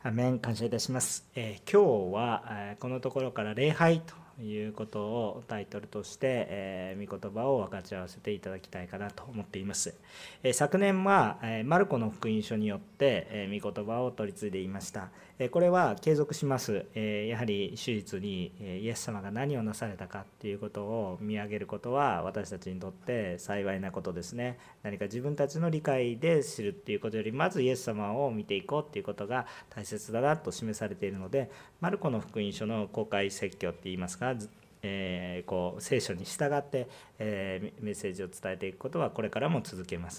アメン、感謝いたします。今日は、このところから礼拝ということをタイトルとして、御言葉を分かち合わせていただきたいかなと思っています。昨年は、マルコの福音書によって、御言葉を取り継いでいました。これは継続します。やはり手術にイエス様が何をなされたかということを見上げることは私たちにとって幸いなことですね。何か自分たちの理解で知るっていうことより、まずイエス様を見ていこうっていうことが大切だなと示されているので、マルコの福音書の公開説教っていいますか、聖書に従って、メッセージを伝えていくことはこれからも続けます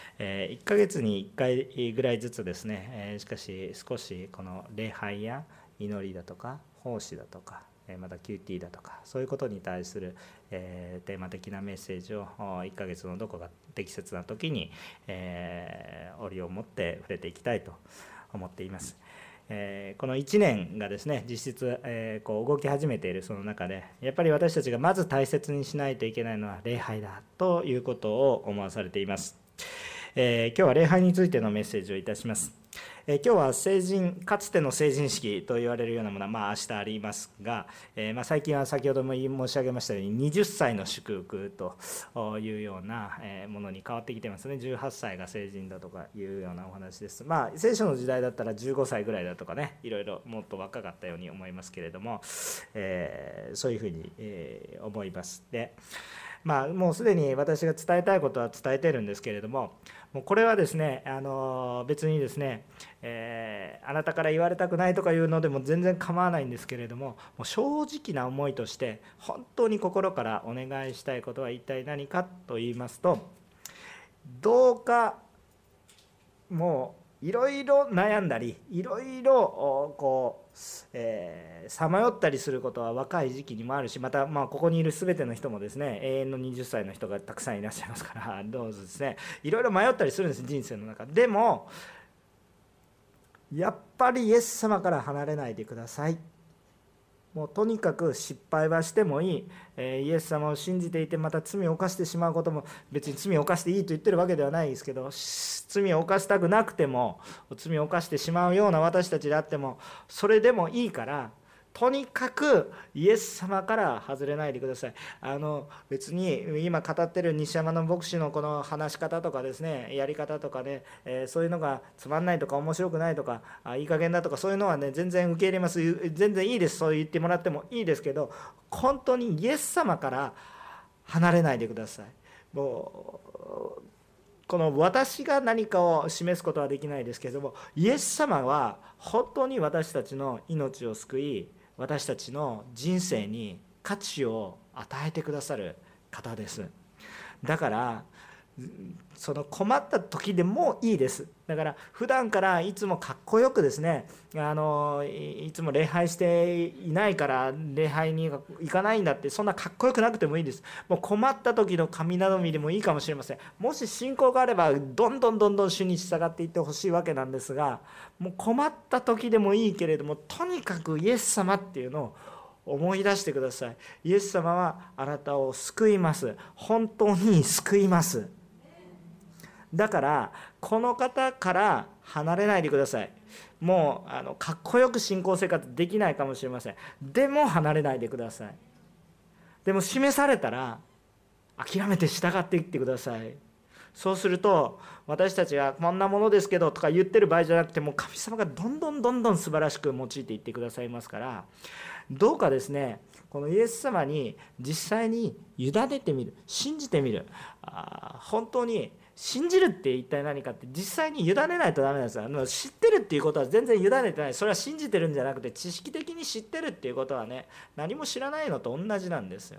。1ヶ月に1回ぐらいずつですね、しかし少しこの礼拝や祈りだとか奉仕だとかまた QT だとかそういうことに対するテーマ的なメッセージを1ヶ月のどこか適切な時に折を持って触れていきたいと思っています。この1年がですね、実質動き始めているその中で、やっぱり私たちがまず大切にしないといけないのは礼拝だということを思わされています。今日は礼拝についてのメッセージをいたします。今日はかつての成人式と言われるようなものは明日ありますが、最近は先ほども申し上げましたように20歳の祝福というようなものに変わってきてますね。18歳が成人だとかいうようなお話です。聖書の時代だったら15歳ぐらいだとかね、いろいろもっと若かったように思いますけれども、そういうふうに思います。でもうすでに私が伝えたいことは伝えてるんですけれども、もうこれはですね、別にですね、あなたから言われたくないとかいうのでも全然構わないんですけれども、もう正直な思いとして本当に心からお願いしたいことは一体何かと言いますと、どうかもういろいろ悩んだりいろいろさまよったりすることは若い時期にもあるし、またここにいる全ての人もですね、永遠の20歳の人がたくさんいらっしゃいますから、どうぞですね、いろいろ迷ったりするんです、人生の中で。もやっぱりイエス様から離れないでください。もうとにかく失敗はしてもいい、イエス様を信じていてまた罪を犯してしまうことも、別に罪を犯していいと言ってるわけではないですけど、罪を犯したくなくても罪を犯してしまうような私たちであってもそれでもいいから、とにかくイエス様から外れないでください。別に今語ってる西山の牧師のこの話し方とかですね、やり方とかね、そういうのがつまんないとか面白くないとかいい加減だとかそういうのはね、全然受け入れます。全然いいです。そう言ってもらってもいいですけど、本当にイエス様から離れないでください。もうこの私が何かを示すことはできないですけれども、イエス様は本当に私たちの命を救い、私たちの人生に価値を与えてくださる方です。だからその困った時でもいいです。だから普段からいつもかっこよくですね、いつも礼拝していないから礼拝に行かないんだって、そんなかっこよくなくてもいいです。もう困った時の神頼みでもいいかもしれません。もし信仰があればどんどん主に従っていってほしいわけなんですが、もう困った時でもいいけれども、とにかくイエス様っていうのを思い出してください。イエス様はあなたを救います。本当に救います。だからこの方から離れないでください。もうかっこよく信仰生活できないかもしれません。でも離れないでください。でも示されたら諦めて従っていってください。そうすると私たちがこんなものですけどとか言ってる場合じゃなくて、もう神様がどんどん素晴らしく用いていってくださいますから、どうかですね、このイエス様に実際に委ねてみる、信じてみる。本当に信じるって一体何かって、実際に委ねないとダメなんですよ。知ってるっていうことは全然委ねてない。それは信じてるんじゃなくて、知識的に知ってるっていうことはね、何も知らないのと同じなんですよ。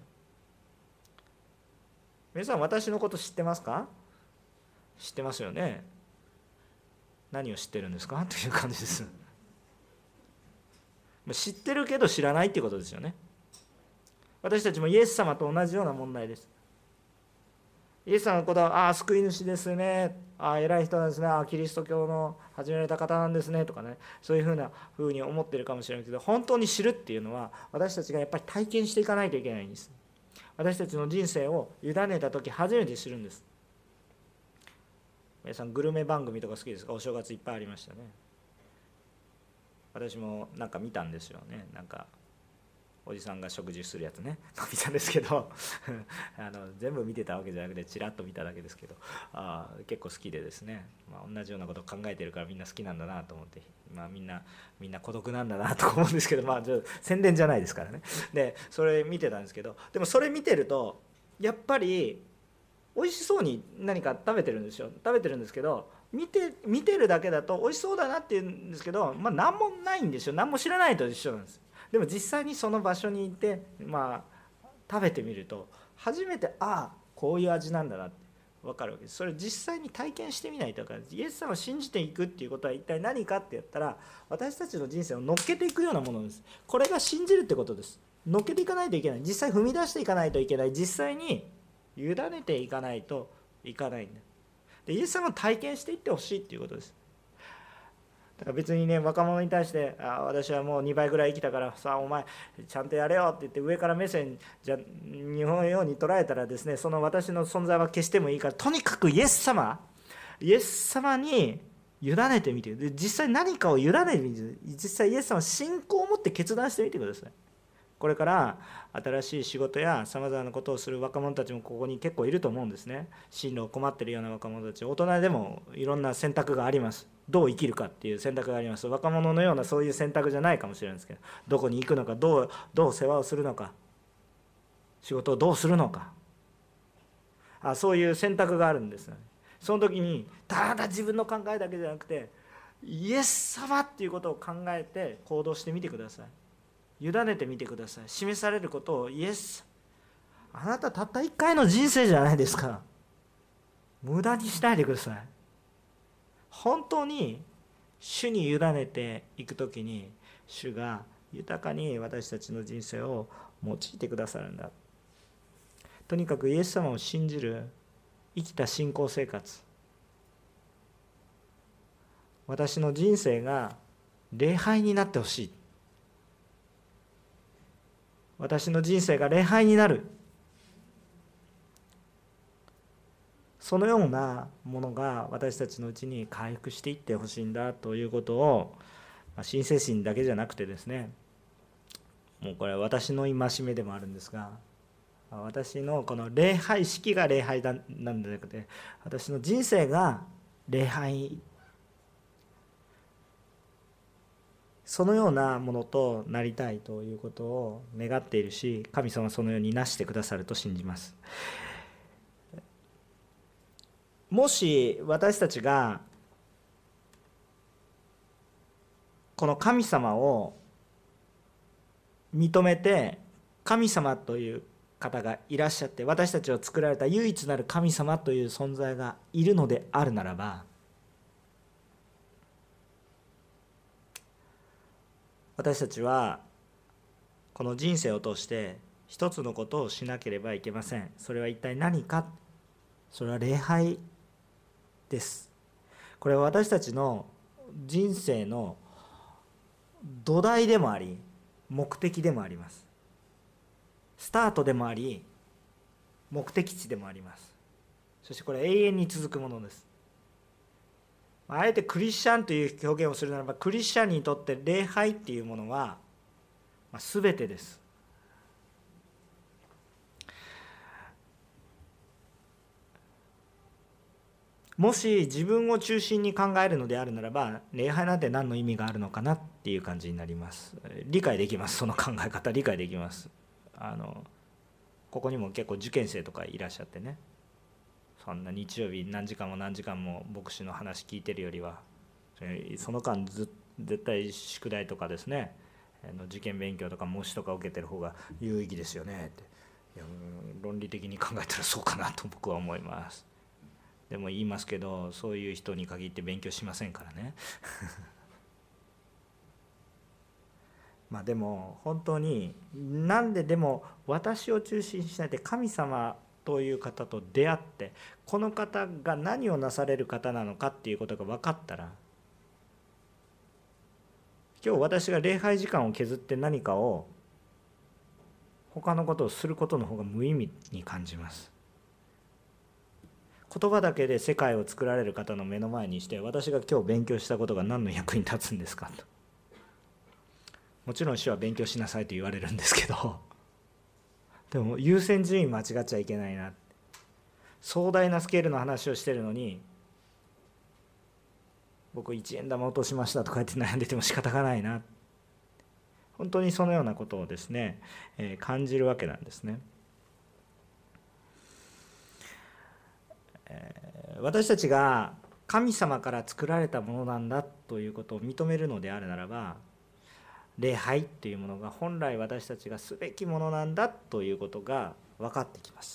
皆さん、私のこと知ってますか？知ってますよね。何を知ってるんですかという感じです。知ってるけど知らないっていうことですよね。私たちもイエス様と同じような問題です。イエス様のことは、救い主ですね、偉い人なんですね、キリスト教の始められた方なんですねとかね、そういうふうに思ってるかもしれないけど、本当に知るっていうのは私たちがやっぱり体験していかないといけないんです。私たちの人生を委ねた時初めて知るんです。皆さんグルメ番組とか好きですか？お正月いっぱいありましたね。 私もなんか見たんですよね。なんかおじさんが食事するやつね見たんですけど全部見てたわけじゃなくてちらっと見ただけですけど、結構好きでですね、同じようなことを考えてるからみんな好きなんだなと思って、みんな孤独なんだなと思うんですけど、ちょっと宣伝じゃないですからね。でそれ見てたんですけど、でもそれ見てるとやっぱり美味しそうに何か食べてるんですよ。食べてるんですけど、見てるだけだと美味しそうだなって言うんですけど、何もないんですよ。何も知らないと一緒なんです。でも実際にその場所に行って、食べてみると初めてこういう味なんだなって分かるわけです。それ実際に体験してみないと分かる。イエス様を信じていくっていうことは一体何かって言ったら、私たちの人生を乗っけていくようなものです。これが信じるってことです。乗っけていかないといけない。実際踏み出していかないといけない。実際に委ねていかないといかないんだ。でイエス様を体験していってほしいっていうことです。だから別にね、若者に対して私はもう2倍ぐらい生きたからさお前ちゃんとやれよって言って上から目線じゃ日本のように捉えたらですね、その私の存在は消してもいいから、とにかくイエス様に委ねてみて、で実際何かを委ねてみて、実際イエス様信仰を持って決断してみてください。これから新しい仕事やさまざまなことをする若者たちもここに結構いると思うんですね。進路を困っているような若者たち、大人でもいろんな選択があります。どう生きるかっていう選択があります。若者のようなそういう選択じゃないかもしれないですけど、どこに行くのか、どう世話をするのか、仕事をどうするのか、そういう選択があるんですよね。その時にただ自分の考えだけじゃなくて、イエス様っていうことを考えて行動してみてください。委ねてみてください。示されることを、イエス、あなたたった一回の人生じゃないですか。無駄にしないでください。本当に主に委ねていくときに、主が豊かに私たちの人生を用いてくださるんだ。とにかくイエス様を信じる生きた信仰生活、私の人生が礼拝になってほしい。私の人生が礼拝になる、そのようなものが私たちのうちに回復していってほしいんだということを、新精神だけじゃなくてですね、もうこれは私の戒めでもあるんですが、私のこの礼拝式が礼拝なんじゃなくて、私の人生が礼拝、そのようなものとなりたいということを願っているし、神様はそのようになしてくださると信じます。もし私たちがこの神様を認めて、神様という方がいらっしゃって、私たちを作られた唯一なる神様という存在がいるのであるならば、私たちはこの人生を通して一つのことをしなければいけません。それは一体何か。それは礼拝です。これは私たちの人生の土台でもあり、目的でもあります。スタートでもあり、目的地でもあります。そしてこれ永遠に続くものです。あえてクリスチャンという表現をするならば、クリスチャンにとって礼拝っていうものは全てです。もし自分を中心に考えるのであるならば、礼拝なんて何の意味があるのかなっていう感じになります。理解できます。その考え方理解できます。ここにも結構受験生とかいらっしゃってね、そんな日曜日何時間も何時間も牧師の話聞いてるよりは、その間絶対宿題とかですね、受験勉強とか模試とか受けてる方が有意義ですよねって。いや、論理的に考えたらそうかなと僕は思います。でも言いますけど、そういう人に限って勉強しませんからねでも本当になんで、でも私を中心にしないで神様という方と出会って、この方が何をなされる方なのかっていうことが分かったら、今日私が礼拝時間を削って何かを他のことをすることの方が無意味に感じます。言葉だけで世界を作られる方の目の前にして、私が今日勉強したことが何の役に立つんですかと。 もちろん主は勉強しなさいと言われるんですけど、でも優先順位間違っちゃいけないな。壮大なスケールの話をしてるのに、僕1円玉落としましたとか言って悩んでても仕方がないな。本当にそのようなことをですね、感じるわけなんですね。私たちが神様から作られたものなんだということを認めるのであるならば、礼拝というものが本来私たちがすべきものなんだということが分かってきます。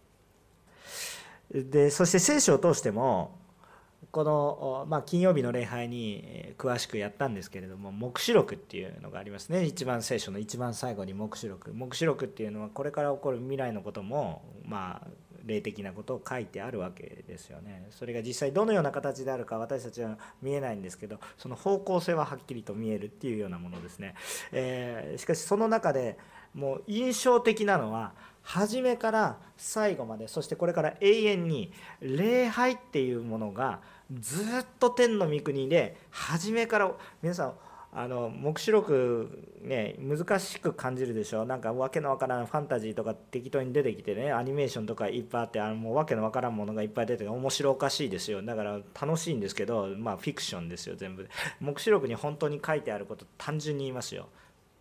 でそして聖書を通してもこの、金曜日の礼拝に詳しくやったんですけれども、黙示録っていうのがありますね。一番聖書の一番最後に黙示録っていうのはこれから起こる未来のことも霊的なことを書いてあるわけですよね。それが実際どのような形であるか私たちは見えないんですけど、その方向性ははっきりと見えるっていうようなものですね。しかしその中でもう印象的なのは、初めから最後まで、そしてこれから永遠に礼拝っていうものがずっと天の御国で初めから、皆さん黙示録ね、難しく感じるでしょ。なんかわけのわからんファンタジーとか適当に出てきてね、アニメーションとかいっぱいあって、もうわけのわからんものがいっぱい出て面白おかしいですよ。だから楽しいんですけど、フィクションですよ全部。黙示録に本当に書いてあること、単純に言いますよ。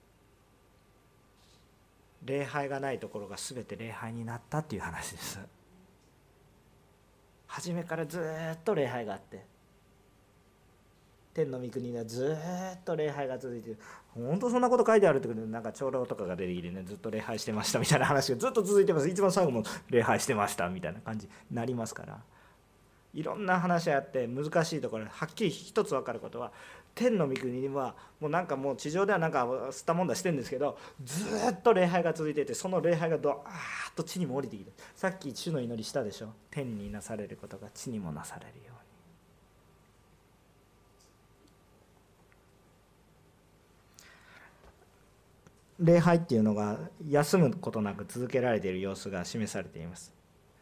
礼拝がないところが全て礼拝になったっていう話です。初めからずっと礼拝があって、天の御国にはずっと礼拝が続いている。本当そんなこと書いてあるってことで、なんか長老とかが出てきてね、ずっと礼拝してましたみたいな話がずっと続いてます。一番最後も礼拝してましたみたいな感じになりますから、いろんな話があって難しいところ、はっきり一つ分かることは、天の御国にはもうなんかもう地上ではなんか吸ったもんだしてるんですけど、ずっと礼拝が続いていて、その礼拝がドワーッと地にも降りてきて、さっき主の祈りしたでしょ。天になされることが地にもなされるように。礼拝っていうのが休むことなく続けられている様子が示されています。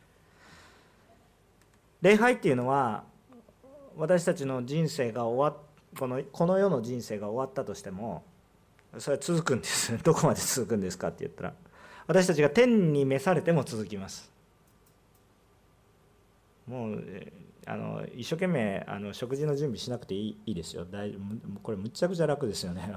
礼拝っていうのは私たちの人生が終わっこの世の人生が終わったとしても、それは続くんです。どこまで続くんですかって言ったら、私たちが天に召されても続きます。もう一生懸命食事の準備しなくていいですよ。これむっちゃくちゃ楽ですよね。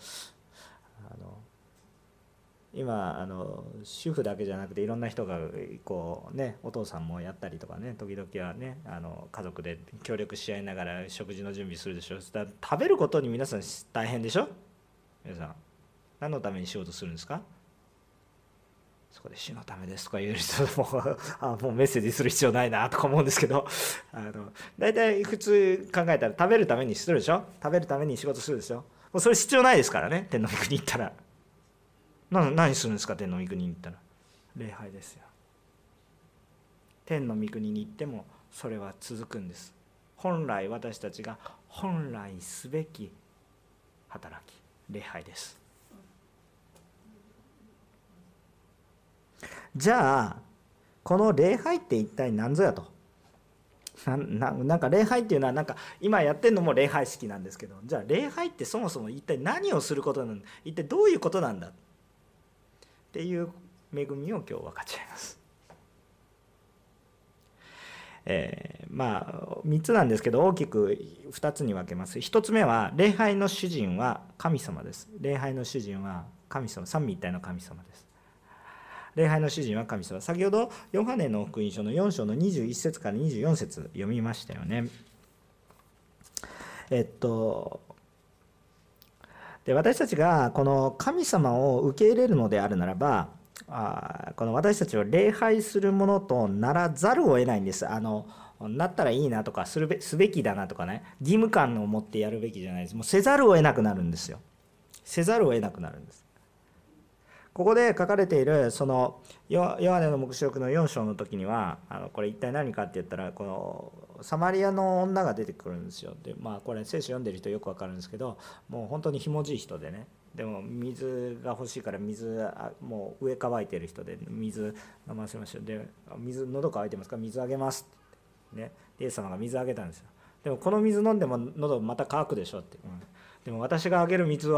今主婦だけじゃなくていろんな人がこうね、お父さんもやったりとかね、時々はね家族で協力し合いながら食事の準備するでしょ。だから食べることに皆さん大変でしょ。皆さん何のために仕事するんですか。そこで主のためですとか言う人ももうメッセージする必要ないなとか思うんですけど、大体普通考えたら食べるためにするでしょ。食べるために仕事するでしょ。もうそれ必要ないですからね。天の御国に行ったら何するんですか。天の御国に行ったら礼拝ですよ。天の御国に行ってもそれは続くんです。本来私たちが本来すべき働き、礼拝です。じゃあこの礼拝って一体何ぞやと。なんか礼拝っていうのはなんか今やってるのも礼拝式なんですけど、じゃあ礼拝ってそもそも一体何をすることなんだ、一体どういうことなんだっていう恵みを今日分かち合います。3つなんですけど大きく2つに分けます。1つ目は礼拝の主人は神様です。礼拝の主人は神様、三位一体の神様です。礼拝の主人は神様。先ほどヨハネの福音書の4章の21節から24節読みましたよね。で私たちがこの神様を受け入れるのであるならば、この私たちを礼拝するものとならざるを得ないんです。なったらいいなとかすべきだなとかね、義務感を持ってやるべきじゃないです。もうせざるを得なくなるんですよ。せざるを得なくなるんです。ここで書かれているそのヨハネの黙示録の4章の時にはこれ一体何かって言ったら、このサマリアの女が出てくるんですよ。でこれ聖書読んでる人よく分かるんですけど、もう本当にひもじい人でね、でも水が欲しいからもう上乾いてる人で水飲ませましょう。で喉乾いてますから水あげますってね、イエス様が水あげたんですよ。でもこの水飲んでも喉また乾くでしょって、でも私があげる水は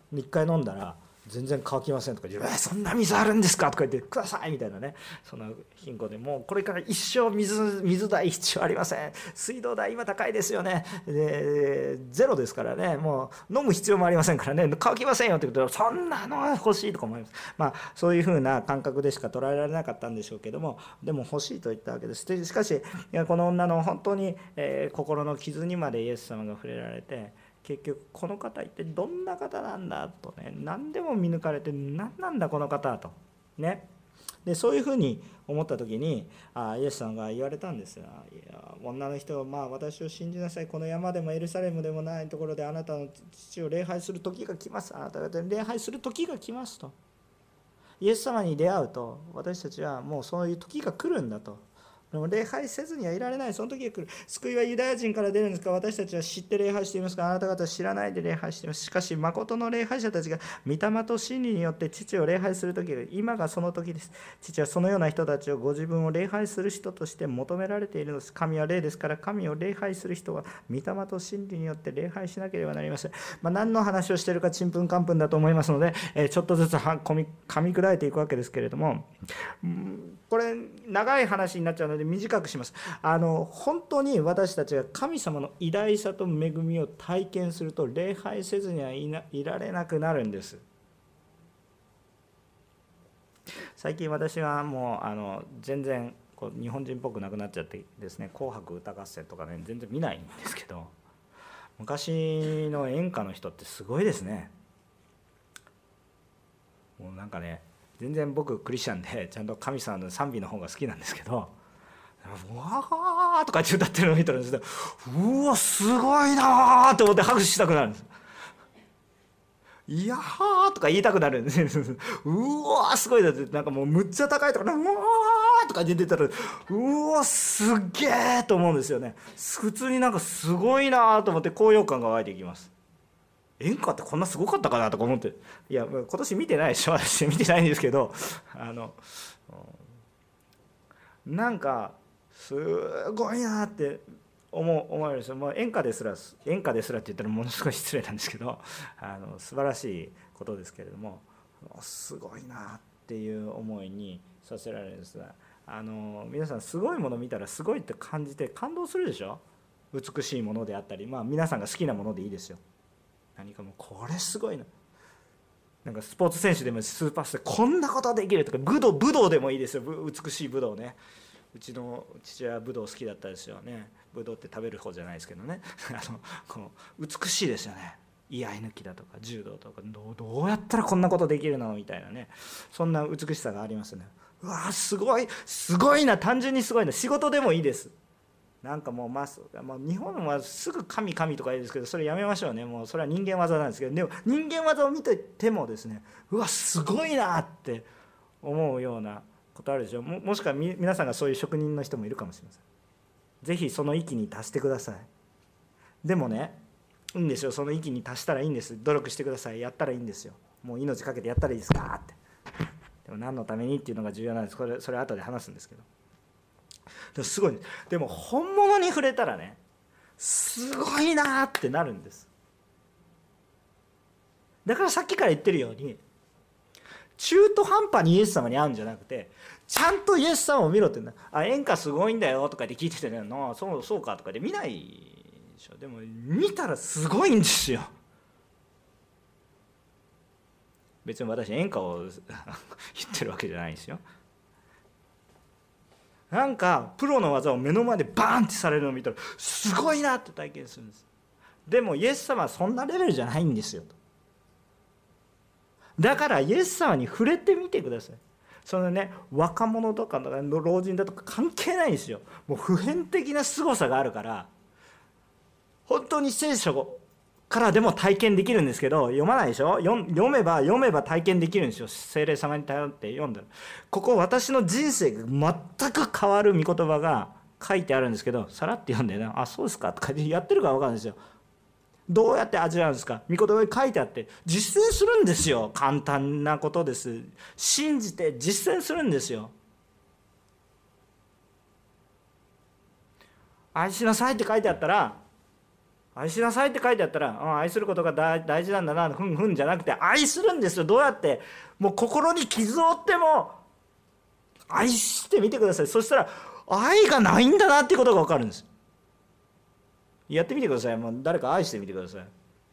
1回飲んだら全然乾きませんとか言って「そんな水あるんですか?」とか言って「ください」みたいなね、その貧困でもうこれから一生水代必要ありません、水道代今高いですよね、でゼロですからね、もう飲む必要もありませんからね、乾きませんよって言うとそんなの欲しいとか思います。そういうふうな感覚でしか捉えられなかったんでしょうけども、でも欲しいと言ったわけです。でしかしこの女の本当に心の傷にまでイエス様が触れられて、結局この方一体どんな方なんだとね、何でも見抜かれて何なんだこの方とね。でそういうふうに思った時にイエスさんが言われたんですよ。いや女の人は私を信じなさい、この山でもエルサレムでもないところであなたの父を礼拝する時が来ます、あなた方に礼拝する時が来ますと。イエス様に出会うと私たちはもうそういう時が来るんだと。でも礼拝せずにはいられない、その時が来る。救いはユダヤ人から出るんですか、私たちは知って礼拝していますが、あなた方は知らないで礼拝しています。しかし誠の礼拝者たちが御霊と真理によって父を礼拝する時が今がその時です。父はそのような人たちをご自分を礼拝する人として求められているのです。神は霊ですから、神を礼拝する人は御霊と真理によって礼拝しなければなりません。何の話をしているかちんぷんかんぷんだと思いますので、ちょっとずつ噛み砕いていくわけですけれども、これ長い話になっちゃうので短くします。本当に私たちが神様の偉大さと恵みを体験すると礼拝せずにはいられなくなるんです。最近私はもう全然日本人っぽくなくなっちゃってですね、紅白歌合戦とかね全然見ないんですけど、昔の演歌の人ってすごいですね。もうなんかね、全然僕クリスチャンでちゃんと神様の賛美の方が好きなんですけど、うわーとかって歌ってるのを見たらですね、うわすごいなーと思って拍手したくなるんです。いやーとか言いたくなるんですうわすごいだって、なんかもうむっちゃ高いとか、うわーとか言ってたらうわすっげーと思うんですよね。普通になんかすごいなーと思って高揚感が湧いてきます。演歌ってこんなすごかったかなとか思って、いや今年見てないでしょ、私見てないんですけど、なんかすごいなって思えるんですよ。もう演歌ですらって言ったらものすごい失礼なんですけど、素晴らしいことですけれども、すごいなっていう思いにさせられるんですが、皆さんすごいもの見たらすごいって感じて感動するでしょ。美しいものであったり、皆さんが好きなものでいいですよ。何かもうこれすごいな、なんかスポーツ選手でもスーパースターこんなことできるとか、武道でもいいですよ。美しい武道ね。うちの父親は武道好きだったですよね。武道って食べる方じゃないですけどねこう美しいですよね。居合抜きだとか柔道とか、どうやったらこんなことできるのみたいなね、そんな美しさがありますね。うわすごいな、単純にすごいな。仕事でもいいです。なんかもう日本はすぐ神とか言うんですけど、それやめましょうね。もうそれは人間技なんですけど、でも人間技を見ててもですね、うわすごいなって思うようなことあるでしょ。もしくは皆さんがそういう職人の人もいるかもしれません。ぜひその域に達してください。でもね、いいんですよ。その域に達したらいいんです。努力してください。やったらいいんですよ。もう命かけてやったらいいですかって。でも何のためにっていうのが重要なんです。それ後で話すんですけど、すごい。でも本物に触れたらね、すごいなってなるんです。だからさっきから言ってるように、中途半端にイエス様に会うんじゃなくて、ちゃんとイエス様を見ろってんだ。演歌すごいんだよとかって聞いててね、そうかとかで見ないでしょ。でも見たらすごいんですよ。別に私演歌を言ってるわけじゃないんですよ。なんかプロの技を目の前でバーンってされるのを見たらすごいなって体験するんです。でもイエス様はそんなレベルじゃないんですよと。だからイエス様に触れてみてください。そのね、若者とか老人だとか関係ないんですよ。もう普遍的な凄さがあるから、本当に聖書からでも体験できるんですけど、読まないでしょ。読めば体験できるんですよ。聖霊様に頼って読んだら、ここ私の人生が全く変わる御言葉が書いてあるんですけど、さらって読んでね、あそうですかとかやってるか分かるんですよ。どうやって味わうんですか。御言葉に書いてあって実践するんですよ。簡単なことです。信じて実践するんですよ。愛しなさいって書いてあったら愛しなさいって書いてあったら、愛することが大事なんだな、ふんふんじゃなくて、愛するんですよ。どうやって？もう心に傷を負っても愛してみてください。そしたら愛がないんだなっていうことが分かるんです。やってみてください。もう誰か愛してみてください。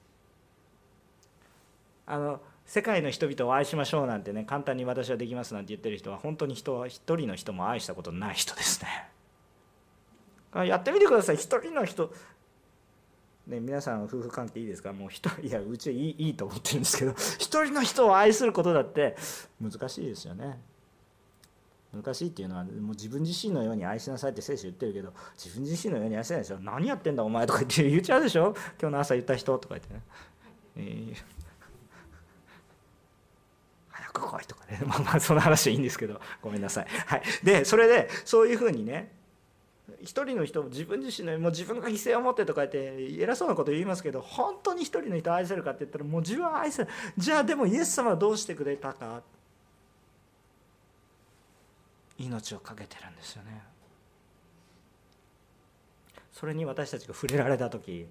世界の人々を愛しましょうなんてね、簡単に私はできますなんて言ってる人は、本当に人は一人の人も愛したことない人ですね。やってみてください。一人の人ね、皆さん夫婦関係いいですか？もういやうちはいいと思ってるんですけど、一人の人を愛することだって難しいですよね。難しいっていうのは、もう自分自身のように愛しなさいって聖書言ってるけど、自分自身のように愛せないでしょ。何やってんだお前とか言っちゃうでしょ。今日の朝言った人とか言ってね、早く来いとかね、まあその話はいいんですけど、ごめんなさい。はい、でそれでそういうふうにね、一人の人も自分自身のもう自分が犠牲を持ってとか言って偉そうなこと言いますけど、本当に一人の人を愛せるかって言ったら、もう自分は愛せる。じゃあでもイエス様はどうしてくれたか。命を懸けてるんですよね。それに私たちが触れられた時、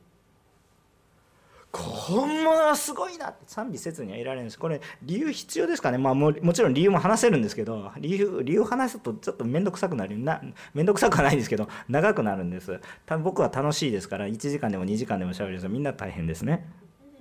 本物はすごいなって賛美せずにはいられるんです。これ理由必要ですかね。もちろん理由も話せるんですけど、理由話すとちょっと面倒くさくなる面倒くさくはないんですけど、長くなるんです。僕は楽しいですから、1時間でも2時間でもしゃべるんですが、みんな大変ですね。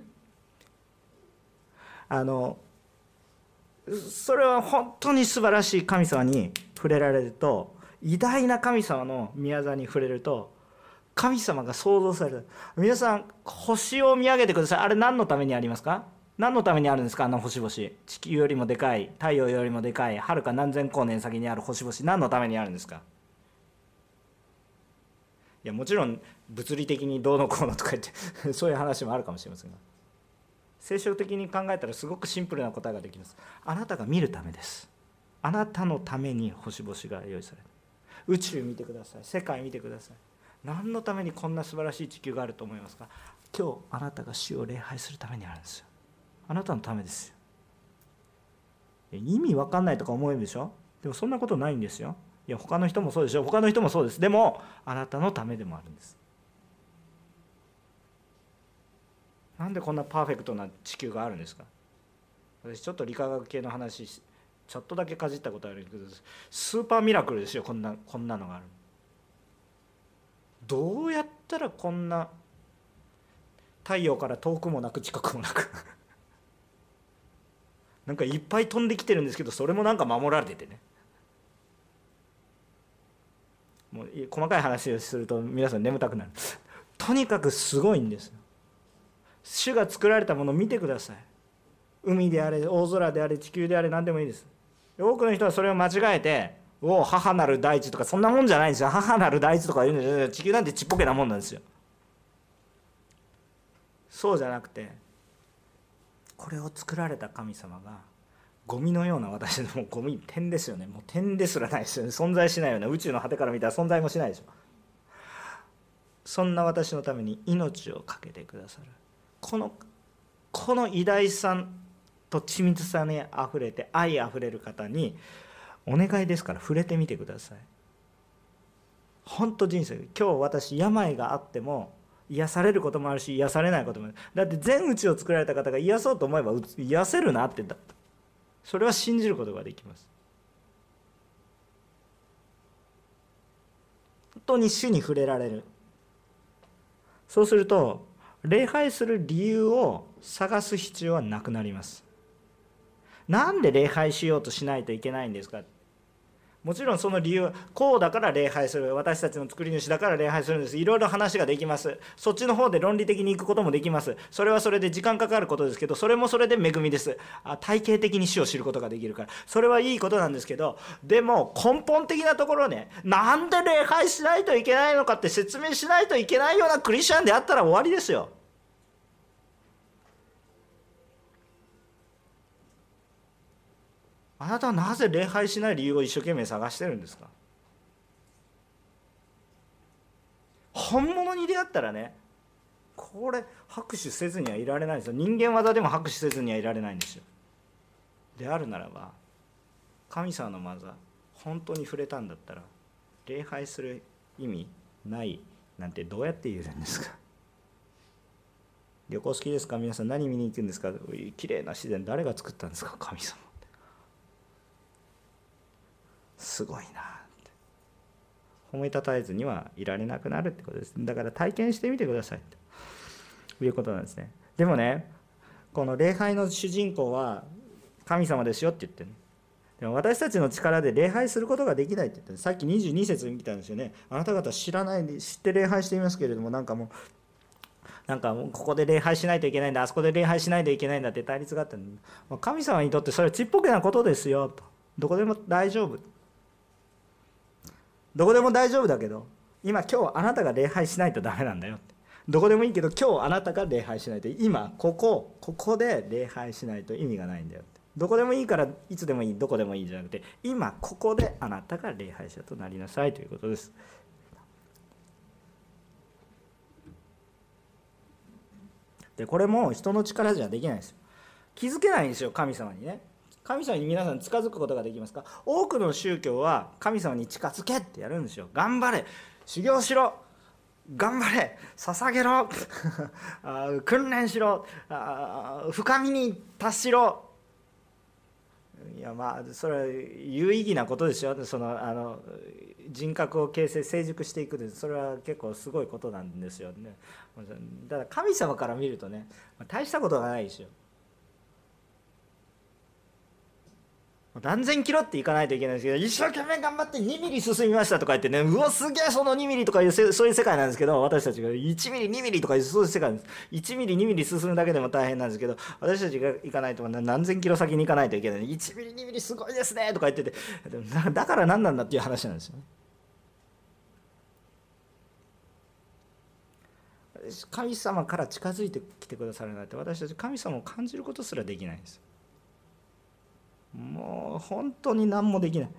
それは本当に素晴らしい神様に触れられると、偉大な神様の宮座に触れると、神様が創造される。皆さん星を見上げてください。あれ何のためにありますか？何のためにあるんですか？あの星々、地球よりもでかい、太陽よりもでかい、はるか何千光年先にある星々、何のためにあるんですか？いやもちろん物理的にどうのこうのとか言ってそういう話もあるかもしれませんが、聖書的に考えたらすごくシンプルな答えができます。あなたが見るためです。あなたのために星々が用意される。宇宙見てください。世界見てください。何のためにこんな素晴らしい地球があると思いますか？今日あなたが主を礼拝するためにあるんですよ。あなたのためですよ。意味わかんないとか思えるでしょ。でもそんなことないんですよ。いや他の人もそうでしょ。他の人もそうです。でもあなたのためでもあるんです。なんでこんなパーフェクトな地球があるんですか？私ちょっと理化学系の話ちょっとだけかじったことあるんですけど、スーパーミラクルですよ。こんなのがある。どうやったらこんな太陽から遠くもなく近くもなくなんかいっぱい飛んできてるんですけど、それもなんか守られててね、もう細かい話をすると皆さん眠たくなる。とにかくすごいんですよ。主が作られたものを見てください。海であれ大空であれ地球であれ何でもいいです。多くの人はそれを間違えて、お母なる大地とかそんなもんじゃないんですよ。母なる大地とか言うんですよ。地球なんてちっぽけなもんなんですよ。そうじゃなくて、これを作られた神様がゴミのような私でもゴミ点ですよね。もう点ですらないですよね。存在しないような、宇宙の果てから見たら存在もしないでしょ。そんな私のために命を懸けてくださるこの偉大さと緻密さにあふれて愛あふれる方にお願いですから触れてみてください。本当人生、今日私病があっても癒されることもあるし癒されないこともある。だって全宇宙を作られた方が癒そうと思えば癒せるなってそれは信じることができます。本当に主に触れられる。そうすると礼拝する理由を探す必要はなくなります。なんで礼拝しようとしないといけないんですか。もちろんその理由はこうだから礼拝する、私たちの作り主だから礼拝するんです。いろいろ話ができます。そっちの方で論理的に行くこともできます。それはそれで時間かかることですけど、それもそれで恵みです。体系的に主を知ることができるからそれはいいことなんですけど、でも根本的なところね、なんで礼拝しないといけないのかって説明しないといけないようなクリスチャンであったら終わりですよ。あなたはなぜ礼拝しない理由を一生懸命探してるんですか。本物に出会ったらね、これ拍手せずにはいられないんですよ。人間技でも拍手せずにはいられないんですよ。であるならば神様の技本当に触れたんだったら礼拝する意味ないなんてどうやって言えるんですか。 旅行好きですか？皆さん何見に行くんですか？綺麗な自然誰が作ったんですか？神様。すごいなって褒めたたえずにはいられなくなるってことです。だから体験してみてくださいということなんですね。でもね、この礼拝の主人公は神様ですよって言ってる。でも私たちの力で礼拝することができないって言ってる。さっき22節に見たんですよね。あなた方知って礼拝していますけれども、なんかもうここで礼拝しないといけないんだ、あそこで礼拝しないといけないんだって対立があったのに、神様にとってそれはちっぽけなことですよと。どこでも大丈夫。どこでも大丈夫だけど、今日あなたが礼拝しないとダメなんだよって。どこでもいいけど今日あなたが礼拝しないと、今ここで礼拝しないと意味がないんだよって。どこでもいいからいつでもいい、どこでもいいじゃなくて、今ここであなたが礼拝者となりなさいということです。でこれも人の力じゃできないですよ。気づけないんですよ、神様にね。神様に皆さん近づくことができますか？多くの宗教は神様に近づけってやるんですよ。頑張れ、修行しろ、頑張れ、捧げろ訓練しろ、深みに達しろ。いやそれは有意義なことですよ。人格を形成成熟していくで、それは結構すごいことなんですよね。だから神様から見るとね、大したことがないですよ。何千キロっていかないといけないんですけど、一生懸命頑張って2ミリ進みましたとか言ってね、うわすげえその2ミリとかいうそういう世界なんですけど、私たちが1ミリ2ミリとかいうそういう世界なんです。1ミリ2ミリ進むだけでも大変なんですけど、私たちが行かないと何千キロ先に行かないといけない。1ミリ2ミリすごいですねとか言ってて、だから何なんだっていう話なんですよね。神様から近づいてきてくださるなんて、私たち神様を感じることすらできないんです。もう本当に何もできない。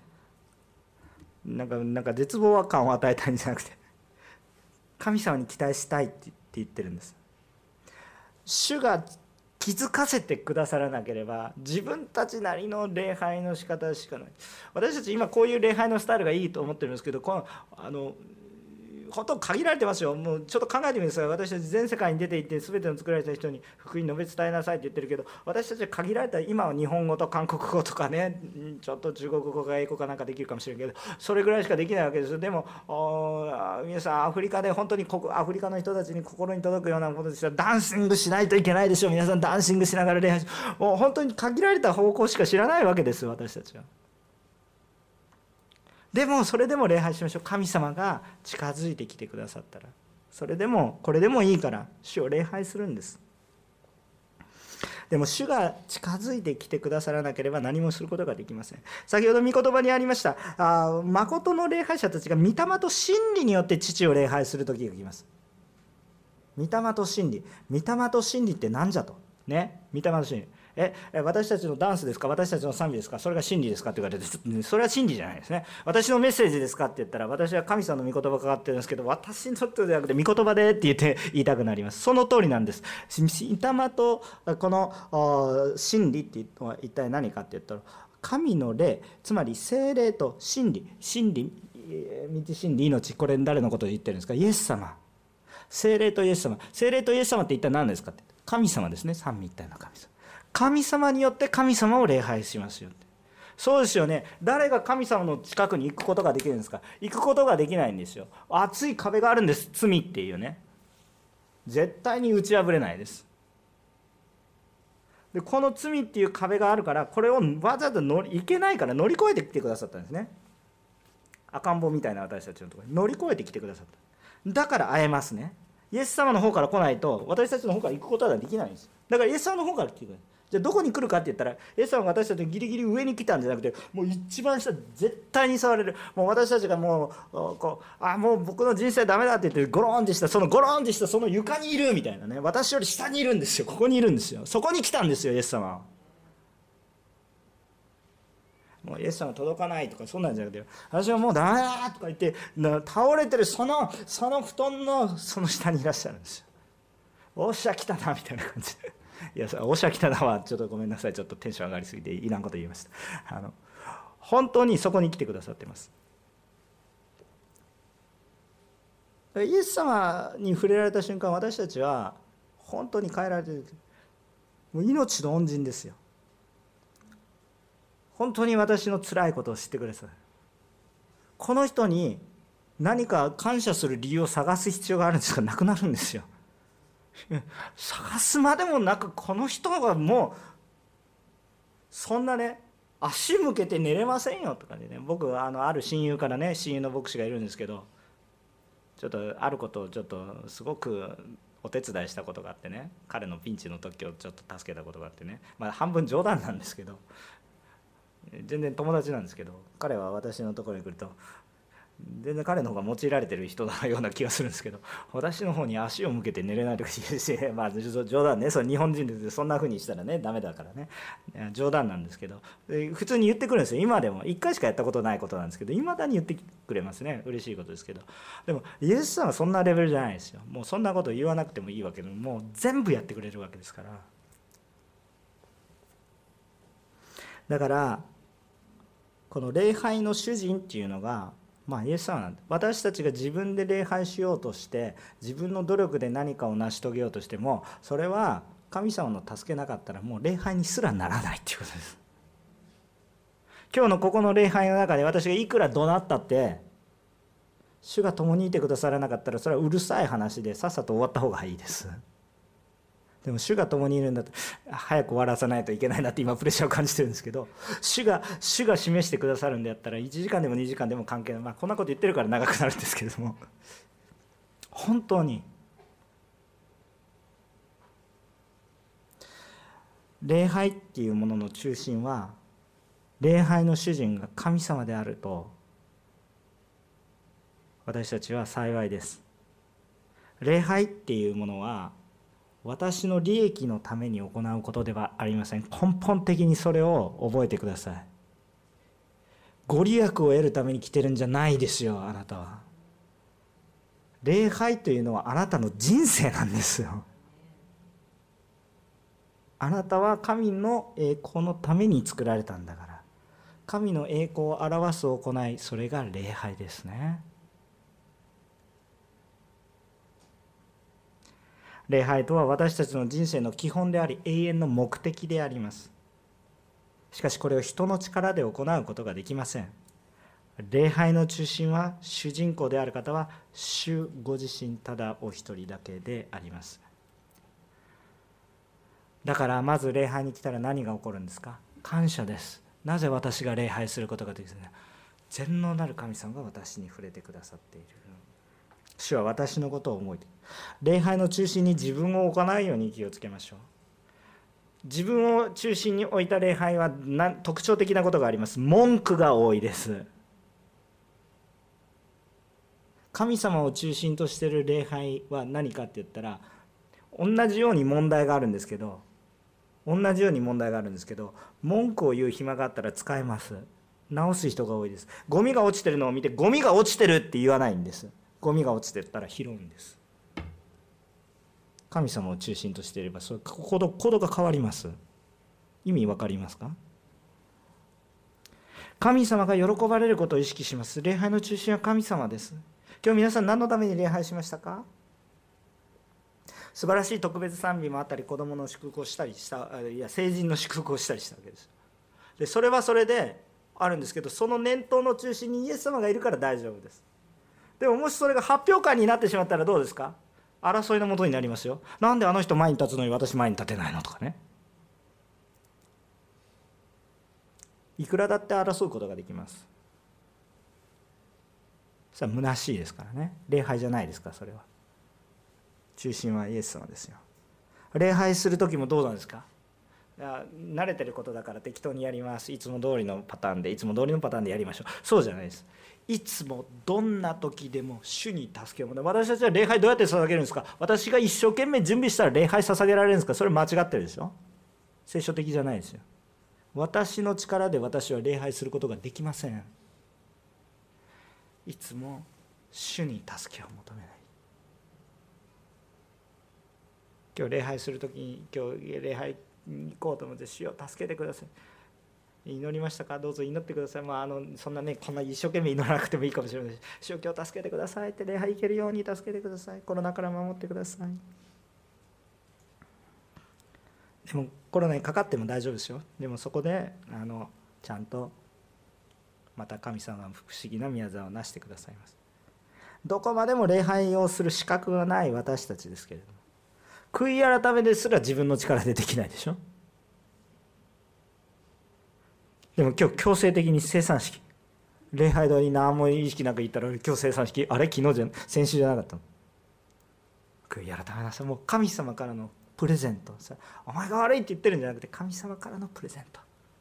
なんか絶望感を与えたいんじゃなくて、神様に期待したいって言ってるんです。主が気づかせてくださらなければ、自分たちなりの礼拝の仕方しかない。私たち今こういう礼拝のスタイルがいいと思ってるんですけど、本当限られてますよ。もうちょっと考えてみてください。私たち全世界に出て行って全ての作られた人に福音述べ伝えなさいって言ってるけど、私たちは限られた今は日本語と韓国語とかね、ちょっと中国語か英語かなんかできるかもしれんけど、それぐらいしかできないわけです。でも皆さんアフリカで本当にアフリカの人たちに心に届くようなことでしたらダンシングしないといけないでしょう。皆さんダンシングしながら礼拝し、もう本当に限られた方向しか知らないわけです、私たちは。でもそれでも礼拝しましょう。神様が近づいてきてくださったら、それでもこれでもいいから主を礼拝するんです。でも主が近づいてきてくださらなければ何もすることができません。先ほど御言葉にありました、誠の礼拝者たちが御霊と真理によって父を礼拝する時が来ます。御霊と真理、御霊と真理って何じゃとね、御霊と真理、私たちのダンスですか、私たちの賛美ですか、それが真理ですかって言われて、ちょっとね、それは真理じゃないですね。私のメッセージですかって言ったら、私は神様の御言葉かかってるんですけど、私にとってじゃなくて御言葉でって言いたくなります。その通りなんです。御霊とこの真理っていうのは一体何かって言ったら、神の霊、つまり聖霊と真理、道真理命、これ誰のことを言ってるんですか？イエス様。聖霊とイエス様。聖霊とイエス様って一体何ですかって、神様ですね。三位一体の神様。神様によって神様を礼拝しますよって。そうですよね。誰が神様の近くに行くことができるんですか？行くことができないんですよ。厚い壁があるんです。罪っていうね。絶対に打ち破れないです。でこの罪っていう壁があるから、これをわざわざいけないから乗り越えてきてくださったんですね。赤ん坊みたいな私たちのところに乗り越えてきてくださった。だから会えますね。イエス様の方から来ないと私たちの方から行くことはできないんです。だからイエス様の方から来てくれ。じゃあどこに来るかって言ったら、イエス様が私たちのギリギリ上に来たんじゃなくて、もう一番下絶対に触れる。もう私たちがもうもう僕の人生ダメだって言ってゴロンってしたその床にいるみたいなね、私より下にいるんですよ。ここにいるんですよ。そこに来たんですよ、イエス様は。もうイエス様届かないとかそんなんじゃなくて、私はもうダメだとか言って倒れてるその布団のその下にいらっしゃるんですよ。おっしゃ来たなみたいな感じで。いや、おっしゃ来たなはちょっとごめんなさい、ちょっとテンション上がりすぎていらんこと言いました。本当にそこに来てくださってます。イエス様に触れられた瞬間、私たちは本当に変えられている。もう命の恩人ですよ。本当に私の辛いことを知ってください。この人に何か感謝する理由を探す必要があるんですがなくなるんですよ。探すまでもなく、この人はもうそんなね、足向けて寝れませんよとかでね、僕ある親友からね、親友の牧師がいるんですけど、ちょっとあることをちょっとすごくお手伝いしたことがあってね、彼のピンチの時をちょっと助けたことがあってね、半分冗談なんですけど、全然友達なんですけど、彼は私のところに来ると全然彼の方が用いられてる人のような気がするんですけど、私の方に足を向けて寝れないとか言って、冗談ね、それ日本人でそんな風にしたらねダメだからね、冗談なんですけど、普通に言ってくるんですよ。今でも1回しかやったことないことなんですけど、いまだに言ってくれますね。嬉しいことですけど、でもイエスさんはそんなレベルじゃないですよ。もうそんなこと言わなくてもいいわけで、もう全部やってくれるわけですから。だからこの礼拝の主人っていうのがイエス様なんで、私たちが自分で礼拝しようとして自分の努力で何かを成し遂げようとしても、それは神様の助けなかったらもう礼拝にすらならないっていうことです。今日のここの礼拝の中で私がいくら怒鳴ったって主が共にいてくださらなかったら、それはうるさい話でさっさと終わった方がいいです。でも主が共にいるんだと早く終わらさないといけないなって今プレッシャーを感じてるんですけど、主が示してくださるんであったら1時間でも2時間でも関係ない。こんなこと言ってるから長くなるんですけれども、本当に礼拝っていうものの中心は礼拝の主人が神様であると私たちは幸いです。礼拝っていうものは私の利益のために行うことではありません。根本的にそれを覚えてください。ご利益を得るために来てるんじゃないですよ、あなたは。礼拝というのはあなたの人生なんですよ。あなたは神の栄光のために作られたんだから、神の栄光を表す行い、それが礼拝ですね。礼拝とは私たちの人生の基本であり永遠の目的であります。しかしこれを人の力で行うことができません。礼拝の中心は主人公である方は主ご自身ただお一人だけであります。だからまず礼拝に来たら何が起こるんですか？感謝です。なぜ私が礼拝することができるのか。全能なる神様が私に触れてくださっている。主は私のことを思い、礼拝の中心に自分を置かないように気をつけましょう。自分を中心に置いた礼拝は特徴的なことがあります。文句が多いです。神様を中心としている礼拝は何かって言ったら、同じように問題があるんですけど、文句を言う暇があったら使えます。直す人が多いです。ゴミが落ちてるのを見てゴミが落ちてるって言わないんです。ゴミが落ちてったら拾うんです。神様を中心としていれば、それ行動が変わります。意味わかりますか？神様が喜ばれることを意識します。礼拝の中心は神様です。今日皆さん何のために礼拝しましたか？素晴らしい特別賛美もあったり、子供の祝福をしたりした、成人の祝福をしたりしたわけです。でそれはそれであるんですけど、その念頭の中心にイエス様がいるから大丈夫です。でももしそれが発表会になってしまったらどうですか？争いのもとになりますよ。なんであの人前に立つのに私前に立てないのとかね。いくらだって争うことができます。それは虚しいですからね。礼拝じゃないですか、それは。中心はイエス様ですよ。礼拝する時もどうなんですか？慣れてることだから適当にやります。いつも通りのパターンでやりましょう。そうじゃないです。いつもどんな時でも主に助けを求め、私たちは礼拝どうやって捧げるんですか？私が一生懸命準備したら礼拝捧げられるんですか？それ間違ってるでしょ。聖書的じゃないですよ。私の力で私は礼拝することができません。いつも主に助けを求めない。今日礼拝するときに、今日礼拝に行こうと思って、主よ助けてください。祈りましたか？どうぞ祈ってください。そんなね、こんな一生懸命祈らなくてもいいかもしれないし、主よ今日助けてくださいって、礼拝行けるように助けてください。コロナから守ってください。 でもコロナにかかっても大丈夫ですよ。でもそこでちゃんとまた神様が不思議な宮沢をなしてくださいます。どこまでも礼拝をする資格がない私たちですけれども、悔い改めですら自分の力でできないでしょ。でも今日強制的に生産式、礼拝堂に何も意識なく行ったら、今日生産式、あれ昨日じゃ先週じゃなかったの。悔い改めなさい。もう神様からのプレゼント。お前が悪いって言ってるんじゃなくて、神様からのプレゼント。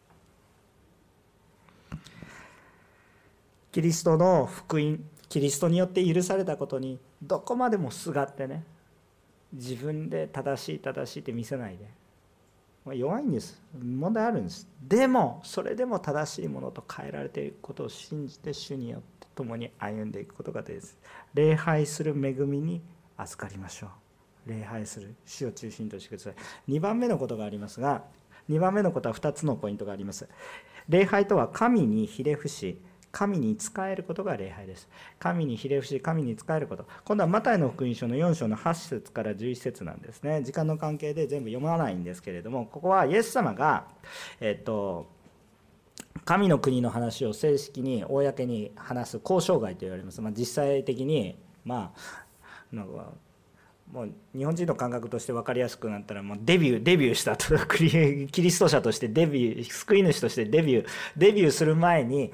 キリストの福音、キリストによって許されたことにどこまでもすがってね、自分で正しいって見せないで、弱いんです。問題あるんです。でもそれでも正しいものと変えられていることを信じて、主によって共に歩んでいくことがです。礼拝する恵みに預かりましょう。礼拝する、主を中心としてください。2番目のことがありますが、2番目のことは2つのポイントがあります。礼拝とは神にひれ伏し、神に仕えることが礼拝です。神にひれ伏し、神に仕えること。今度はマタイの福音書の4章の8節から11節なんですね。時間の関係で全部読まないんですけれども、ここはイエス様が、神の国の話を正式に公に話す交渉外と言われます。実際的になんかもう日本人の感覚として分かりやすくなったら、もうデビューしたと、キリスト者として救い主としてデビューする前に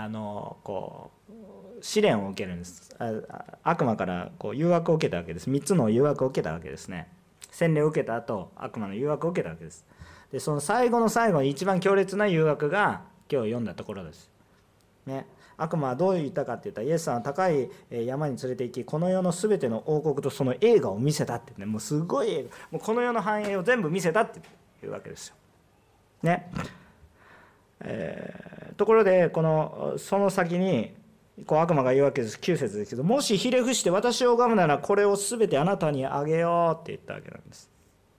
試練を受けるんです。悪魔から誘惑を受けたわけです。3つの誘惑を受けたわけですね。洗礼を受けた後、悪魔の誘惑を受けたわけです。でその最後の最後に一番強烈な誘惑が今日読んだところです、ね。悪魔はどう言ったかって言ったら、イエスさんは高い山に連れて行き、この世のすべての王国とその栄華を見せたってね、もうすごい映画、もうこの世の繁栄を全部見せたっていうわけですよ、ね。ところでその先に悪魔が言うわけです。9節ですけど、もしひれ伏して私を拝むならこれをすべてあなたにあげようって言ったわけなんです。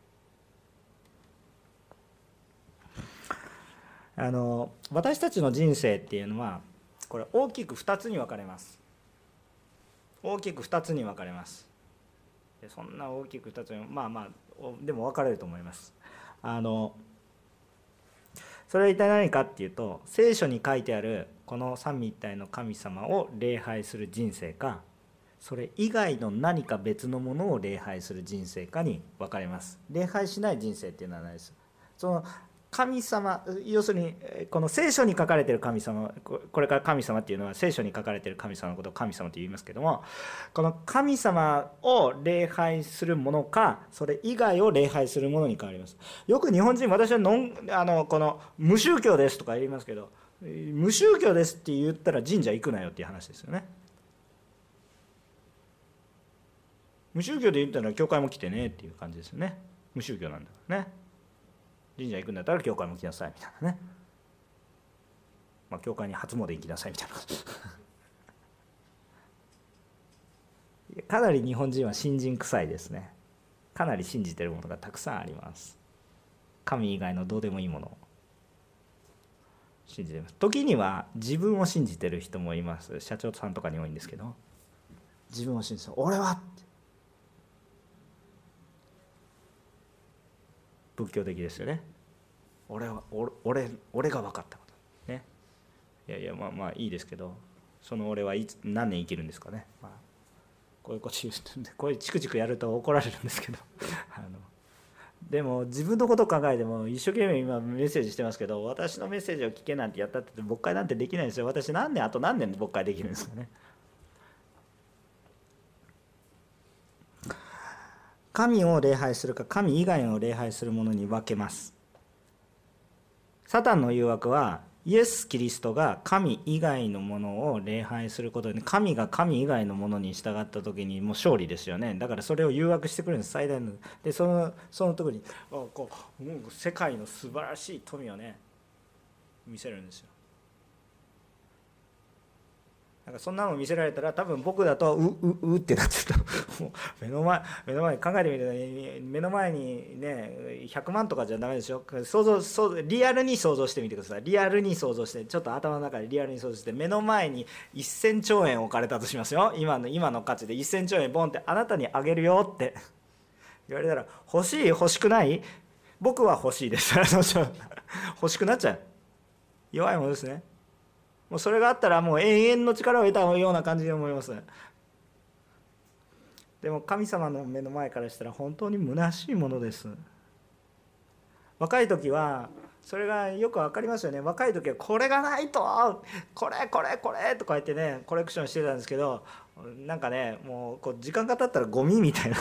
私たちの人生っていうのはこれ大きく2つに分かれます。大きく2つに分かれます。そんな大きく2つにでも分かれると思います。それは一体何かっていうと、聖書に書いてあるこの三位一体の神様を礼拝する人生か、それ以外の何か別のものを礼拝する人生かに分かれます。礼拝しない人生っていうのはないです。その神様、要するにこの聖書に書かれている神様、これから神様っていうのは聖書に書かれている神様のことを神様と言いますけども、この神様を礼拝するものか、それ以外を礼拝するものに変わります。よく日本人、私はこの無宗教ですとか言いますけど、無宗教ですって言ったら神社行くなよっていう話ですよね。無宗教で言ったら教会も来てねっていう感じですよね。無宗教なんだからね。神社行くんだったら教会も来なさいみたいなね。教会に初詣行きなさいみたいなかなり日本人は信心臭いですね。かなり信じてるものがたくさんあります。神以外のどうでもいいものを信じています。時には自分を信じてる人もいます。社長さんとかに多いんですけど、自分を信じて、俺は仏教的ですよね。俺が分かったことね。いやいいですけど、その俺はいつ何年生きるんですかね。こういうこと言うんで、これチクチクやると怒られるんですけどでも自分のことを考えても一生懸命今メッセージしてますけど、私のメッセージを聞けなんてやったって牧会なんてできないですよ。私あと何年で牧会できるんですかね。神を礼拝するか神以外を礼拝するものに分けます。サタンの誘惑はイエス・キリストが神以外のものを礼拝することで、神が神以外のものに従った時にもう勝利ですよね。だからそれを誘惑してくるんです。最大のでその時にもう世界の素晴らしい富をね見せるんですよ。そんなの見せられたら多分僕だとうってなってた。もう目の前考えてみると、目の前にね100万とかじゃダメでしょ。リアルに想像してみてください。リアルに想像して、ちょっと頭の中でリアルに想像して、目の前に1000兆円置かれたとしますよ。今の価値で1000兆円ボンってあなたにあげるよって言われたら、欲しくない？ 僕は欲しいです欲しくなっちゃう、弱いものですね。もうそれがあったらもう永遠の力を得たような感じに思います。でも神様の目の前からしたら本当に虚しいものです。若い時はそれがよく分かりますよね。若い時はこれがないと、これこれこれとか言ってね、コレクションしてたんですけど、なんかね、もうこう時間が経ったらゴミみたいな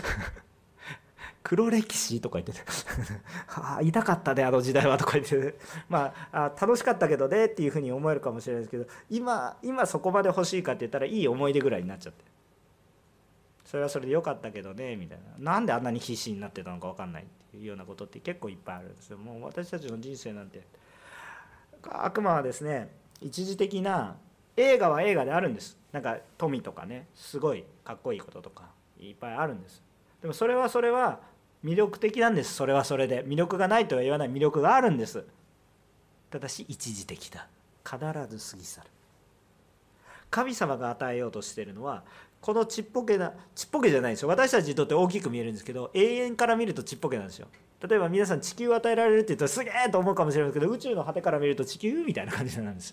黒歴史とか言っててはあ、痛かったねあの時代はとか言ってまあ楽しかったけどねっていうふうに思えるかもしれないですけど、今そこまで欲しいかって言ったらいい思い出ぐらいになっちゃって、それはそれで良かったけどねみたいな、なんであんなに必死になってたのか分かんないっていうようなことって結構いっぱいあるんですよ。もう私たちの人生なんて、悪魔はですね、一時的な、映画は映画であるんです。なんか富とかね、すごいかっこいいこととかいっぱいあるんです。でもそれは魅力的なんです。それはそれで魅力がないとは言わない、魅力があるんです。ただし一時的だ、必ず過ぎ去る。神様が与えようとしているのはこのちっぽけじゃないですよ。私たちにとって大きく見えるんですけど、永遠から見るとちっぽけなんですよ。例えば皆さん地球を与えられるって言うとすげえと思うかもしれないけど、宇宙の果てから見ると地球みたいな感じなんです。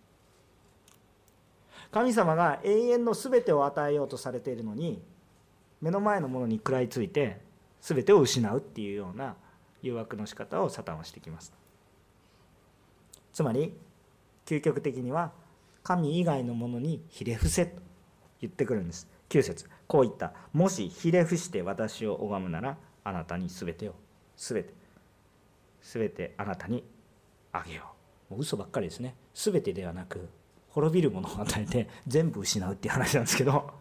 神様が永遠の全てを与えようとされているのに、目の前のものに食らいついて全てを失うっていうような誘惑の仕方をサタンはしてきます。つまり究極的には神以外のものにひれ伏せと言ってくるんです。9節こう言った。もしひれ伏して私を拝むなら、あなたに全てあなたにあげよう。もう嘘ばっかりですね。全てではなく滅びるものを与えて全部失うっていう話なんですけど、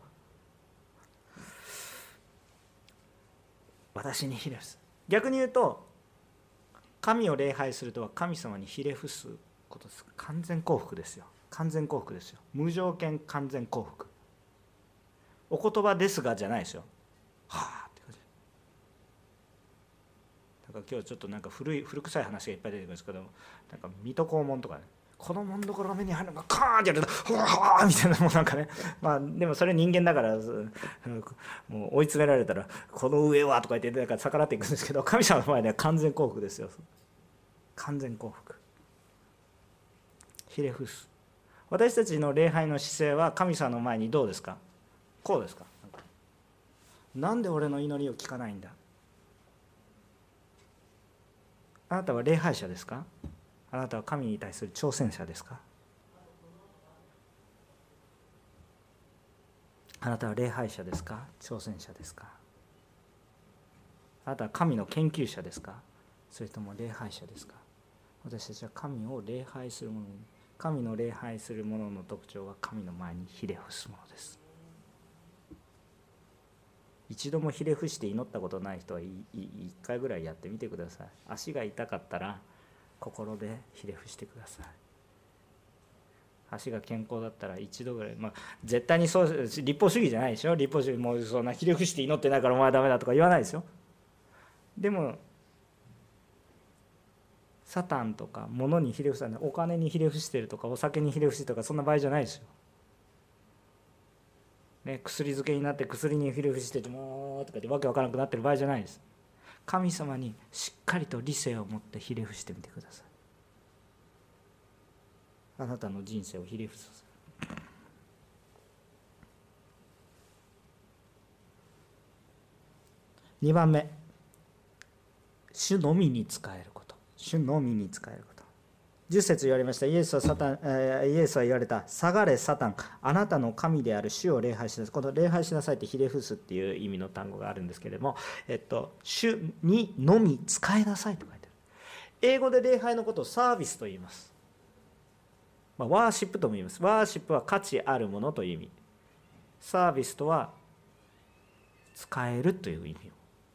私にひれ伏す。逆に言うと、神を礼拝するとは神様にひれ伏すことです。完全幸福ですよ。完全幸福ですよ。無条件完全幸福。お言葉ですがじゃないですよ。はあって感じ。だから今日ちょっとなんか古臭い話がいっぱい出てくるんですけど、なんか水戸黄門とかね、この門所の目に入るのがカーンってやるとうわーみたいな、もうなんかね、まあでもそれ人間だからもう追い詰められたらこの上はとか言ってなんか逆らっていくんですけど、神様の前では完全幸福ですよ。完全幸福。ひれ伏す。私たちの礼拝の姿勢は神様の前にどうですか？こうですか？なんで俺の祈りを聞かないんだ？あなたは礼拝者ですか？あなたは神に対する挑戦者ですか？あなたは礼拝者ですか？挑戦者ですか？あなたは神の研究者ですか？それとも礼拝者ですか？私たちは神を礼拝するものに、神の礼拝するものの特徴は神の前にひれ伏すものです。一度もひれ伏して祈ったことない人は1回ぐらいやってみてください。足が痛かったら心でひれ伏してください。足が健康だったら一度ぐらい、絶対にそう、立法主義じゃないでしょ。立法主義もうそんなひれ伏して祈ってないからお前はダメだとか言わないですよ。でもサタンとか物にひれ伏さない、お金にひれ伏してるとかお酒にひれ伏してるとかそんな場合じゃないですよ。ね、薬漬けになって薬にひれ伏しててもとかってわけわからなくなってる場合じゃないです。神様にしっかりと理性を持ってひれ伏してみてください。あなたの人生をひれ伏させる。2番目、主のみに仕えること。主のみに仕えること。10節言われました。イエスは言われた。下がれサタン、あなたの神である主を礼拝しなさい。この礼拝しなさいってひれ伏すっていう意味の単語があるんですけれども、主にのみ仕えなさいと書いてある。英語で礼拝のことをサービスと言います。ワーシップとも言います。ワーシップは価値あるものという意味。サービスとは使えるという意味を。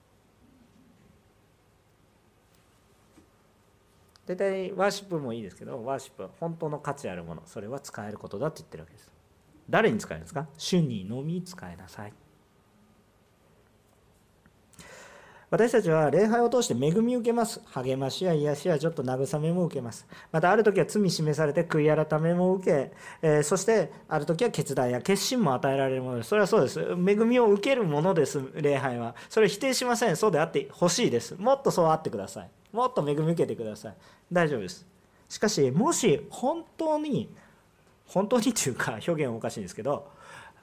大体ワーシップもいいですけど、ワーシップは本当の価値あるもの、それは使えることだって言ってるわけです。誰に使えるんですか？主にのみ使えなさい。 私たちは礼拝を通して恵みを受けます。励ましや癒しやちょっと慰めも受けます。またある時は罪示されて悔い改めも受け、そしてある時は決断や決心も与えられるものです。それはそうです。恵みを受けるものです、礼拝は。それを否定しません。そうであってほしいです。もっとそうあってください。もっと恵み受けてください。大丈夫です。しかし、もし本当にというか表現はおかしいんですけど、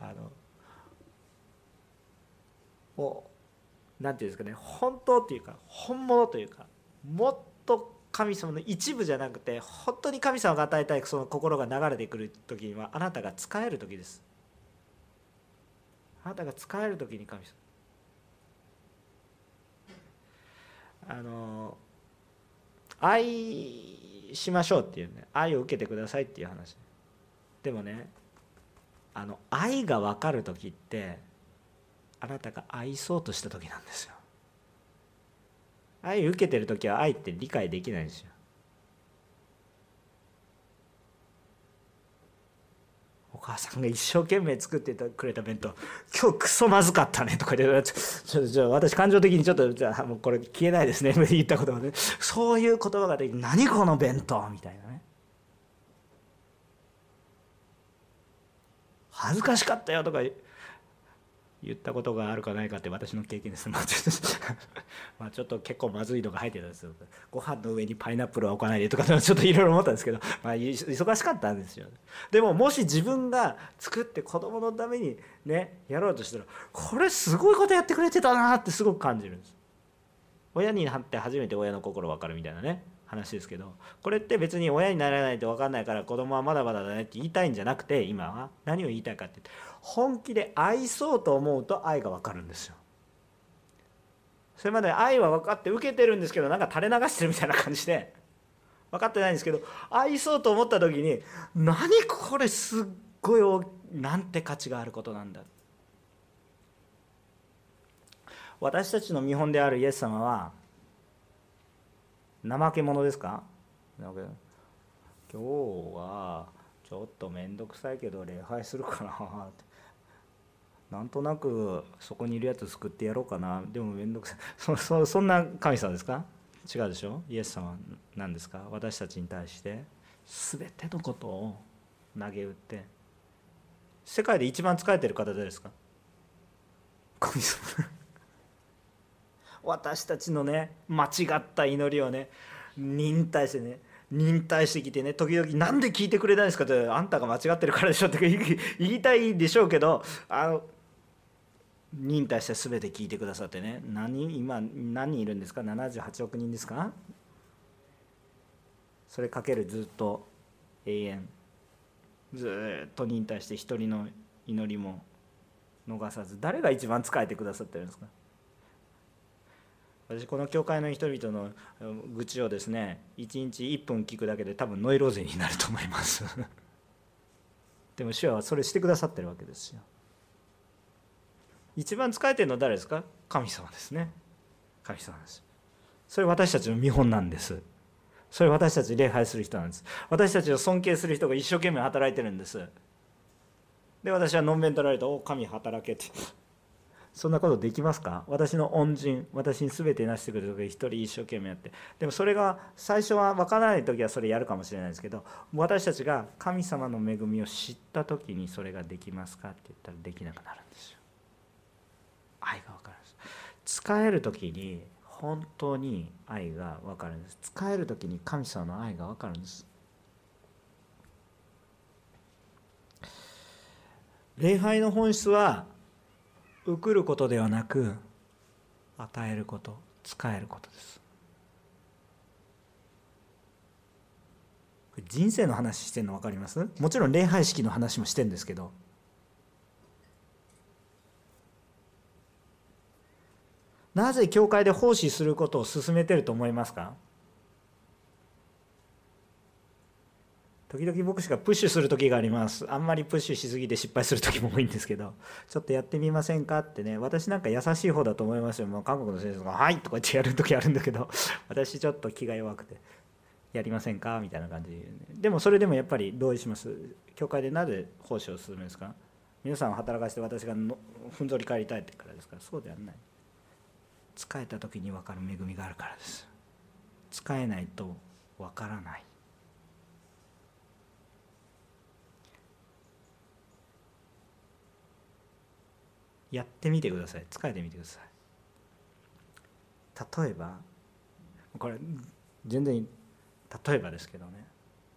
なんていうんですかね、本当というか本物というか、もっと神様の一部じゃなくて本当に神様が与えたいその心が流れてくる時には、あなたが使える時です。あなたが使える時に神様、愛しましょうっていうね、愛を受けてくださいっていう話でもね、愛が分かる時ってあなたが愛そうとした時なんですよ。愛を受けてる時は愛って理解できないんですよ。お母さんが一生懸命作ってくれた弁当、今日クソまずかったねとか言って、私感情的にちょっと、じゃあもうこれ消えないですね言ったことがね、そういう言葉ができる。何この弁当みたいなね、恥ずかしかったよとか言ったことがあるかないかって私の経験です。ちょっと結構まずいのが入ってたんですよ。ご飯の上にパイナップルは置かないでとかちょっといろいろ思ったんですけど、忙しかったんですよ。でももし自分が作って子供のためにねやろうとしたら、これすごいことやってくれてたなってすごく感じるんです。親になって初めて親の心分かるみたいなね話ですけど、これって別に親にならないと分かんないから子供はまだまだだねって言いたいんじゃなくて、今は何を言いたいかって本気で愛そうと思うと愛が分かるんですよ。それまで愛は分かって受けてるんですけど、なんか垂れ流してるみたいな感じで分かってないんですけど、愛そうと思った時に、何これすっごいなんて価値があることなんだ。私たちの見本であるイエス様は怠け者ですか？今日はちょっと面倒くさいけど礼拝するかなって、なんとなくそこにいるやつ救ってやろうかな、でも面倒くさいそんな神様ですか？違うでしょ。イエス様なんですか？私たちに対して全てのことを投げ打って、世界で一番仕えてる方誰ですか？神様。私たちのね間違った祈りをね忍耐してきてね、時々なんで聞いてくれないんですかって、あんたが間違ってるからでしょって言いたいでしょうけど、忍耐して全て聞いてくださってね、今何人いるんですか？78億人ですか？それかけるずっと永遠、ずっと忍耐して一人の祈りも逃さず、誰が一番仕えてくださってるんですか？私この教会の人々の愚痴をですね1日1分聞くだけで多分ノイローゼになると思いますでも主はそれしてくださってるわけですよ。一番仕えてるのは誰ですか？神様ですね。神様です。それ私たちの見本なんです。それ私たち礼拝する人なんです。私たちを尊敬する人が一生懸命働いてるんです。で私はのんべん取られた、お神働けってそんなことできますか？私の恩人、私に全てなしてくれる時一人一生懸命やって、でもそれが最初は分からない時はそれやるかもしれないですけど、私たちが神様の恵みを知った時にそれができますかって言ったらできなくなるんですよ。愛が分かるんです。使える時に本当に愛が分かるんです。使える時に神様の愛が分かるんです。礼拝の本質は受くることではなく与えること、使えることです。人生の話してるの分かります？もちろん礼拝式の話もしてるんですけど、なぜ教会で奉仕することを勧めてると思いますか？時々牧師がプッシュする時があります。あんまりプッシュしすぎて失敗する時も多いんですけど、ちょっとやってみませんかってね、私なんか優しい方だと思いますよ。もう韓国の先生が「はい」とか言ってやる時あるんだけど、私ちょっと気が弱くて「やりませんか」みたいな感じで、でもそれでもやっぱり同意します。教会でなぜ奉仕を勧めるんですか？皆さんを働かせて私がふんぞり返りたいってからですから。そうではない。 仕えた時に分かる恵みがあるからです。仕えないと分からない。やってみてください。仕えてみてください。例えばこれ全然例えばですけどね、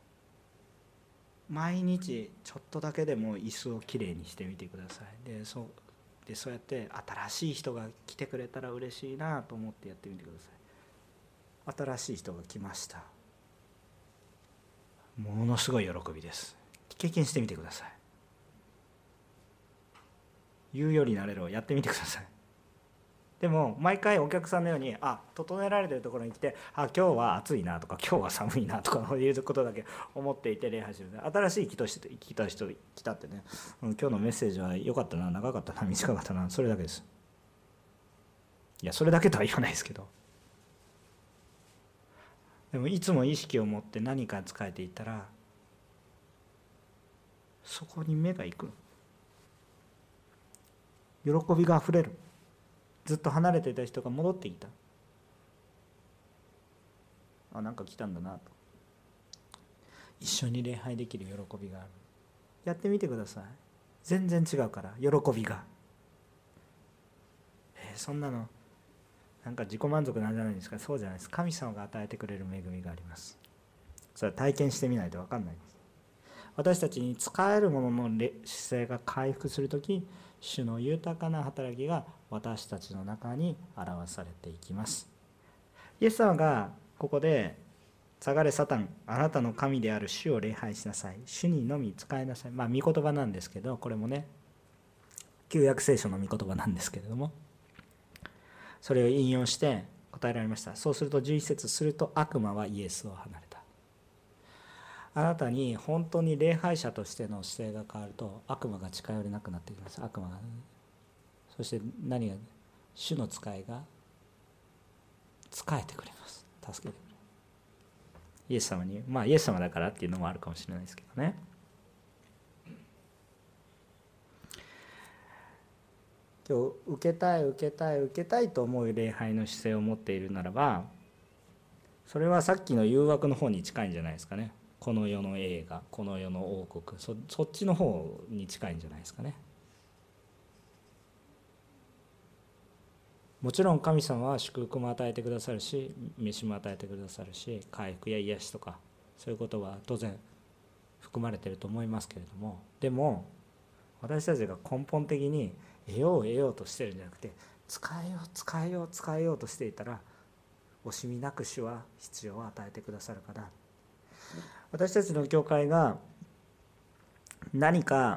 毎日ちょっとだけでも椅子をきれいにしてみてください。そうやって新しい人が来てくれたら嬉しいなと思ってやってみてください。新しい人が来ました。ものすごい喜びです。経験してみてください。言うよりなれるをやってみてください。でも毎回お客さんのように整えられているところに来て今日は暑いなとか今日は寒いなとかいうことだけ思っていて礼拝してる。新しい人来た人来たってね、今日のメッセージは良かったな、長かったな、短かったな、それだけです。いやそれだけとは言わないですけど、でもいつも意識を持って何か仕えていったらそこに目が行く。喜びがあふれる。ずっと離れていた人が戻ってきた。なんか来たんだなと。一緒に礼拝できる喜びがある。やってみてください。全然違うから、喜びが。そんなのなんか自己満足なんじゃないですか。そうじゃないです。神様が与えてくれる恵みがあります。それは体験してみないと分かんないです。私たちに使えるものの姿勢が回復するとき、主の豊かな働きが私たちの中に表されていきます。イエス様がここで下がれサタン、あなたの神である主を礼拝しなさい、主にのみ仕えなさい。御言葉なんですけど、これもね旧約聖書の御言葉なんですけれども、それを引用して答えられました。そうすると11節、すると悪魔はイエスを離れた。あなたに本当に礼拝者としての姿勢が変わると悪魔が近寄れなくなってきます。悪魔が、そして何が、主の使いが仕えてくれます。助けてくれる。イエス様に、イエス様だからっていうのもあるかもしれないですけどね。今日受けたいと思う礼拝の姿勢を持っているならば、それはさっきの誘惑の方に近いんじゃないですかね。この世の栄華、この世の王国、そっちの方に近いんじゃないですかね。もちろん神様は祝福も与えてくださるし、飯も与えてくださるし、回復や癒しとかそういうことは当然含まれていると思いますけれども、でも私たちが根本的に得ようとしてるんじゃなくて、使えようとしていたら、惜しみなく主は必要を与えてくださるから。私たちの教会が何か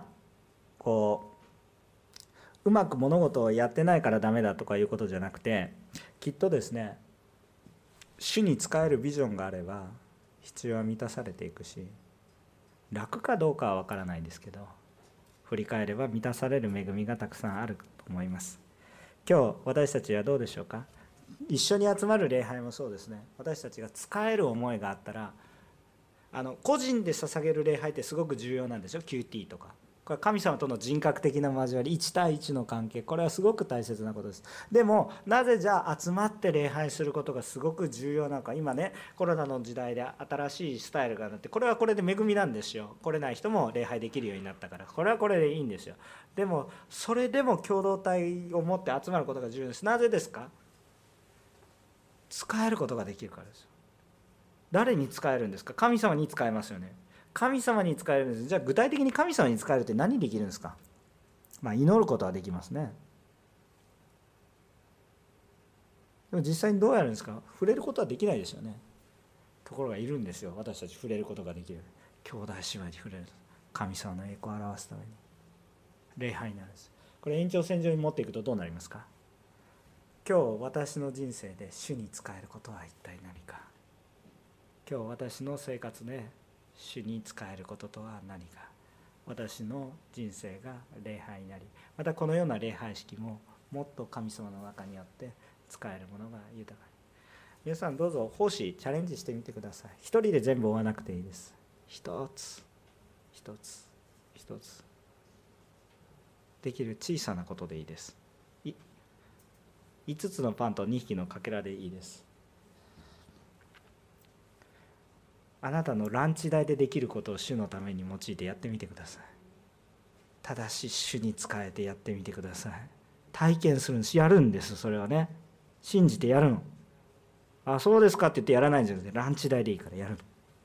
うまく物事をやってないからダメだとかいうことじゃなくて、きっとですね、主に仕えるビジョンがあれば必要は満たされていくし、楽かどうかは分からないですけど、振り返れば満たされる恵みがたくさんあると思います。今日私たちはどうでしょうか。一緒に集まる礼拝もそうですね。私たちが仕える思いがあったら、個人で捧げる礼拝ってすごく重要なんですよ。 QT とか、これは神様との人格的な交わり、1対1の関係、これはすごく大切なことです。でもなぜじゃあ集まって礼拝することがすごく重要なのか。今ね、コロナの時代で新しいスタイルがなって、これはこれで恵みなんですよ。来れない人も礼拝できるようになったから、これはこれでいいんですよ。でもそれでも共同体を持って集まることが重要です。なぜですか。使えることができるからですよ。誰に使えるんですか。神様に使えますよね。神様に使えるんです。じゃあ具体的に神様に使えるって何できるんですか。祈ることはできますね。でも実際にどうやるんですか。触れることはできないですよね。ところがいるんですよ。私たち触れることができる。兄弟姉妹に触れる。神様の栄光を表すために礼拝になるんです。これ延長線上に持っていくとどうなりますか。今日私の人生で主に仕えることは一体何か。今日私の生活で主に仕えることとは何か。私の人生が礼拝になり、またこのような礼拝式ももっと神様の中にあって使えるものが豊かに。皆さんどうぞ奉仕チャレンジしてみてください。一人で全部追わなくていいです。一つできる小さなことでいいです。 5つのパンと2匹のかけらでいいです。あなたのランチ代でできることを主のために用いてやってみてください。正しい主に仕えてやってみてください。体験するんです。やるんです。それはね、信じてやるの。あ、そうですかって言ってやらないんじゃなくて、ランチ代でいいからやるの。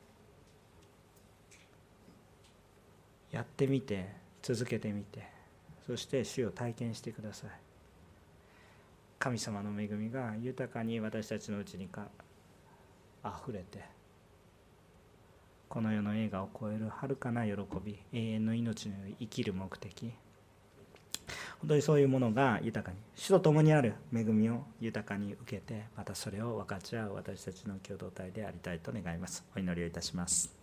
やってみて、続けてみて、そして主を体験してください。神様の恵みが豊かに私たちのうちにあふれて、この世の栄華を超える遥かな喜び、永遠の命の生きる目的、本当にそういうものが豊かに、主と共にある恵みを豊かに受けて、またそれを分かち合う私たちの共同体でありたいと願います。お祈りをいたします。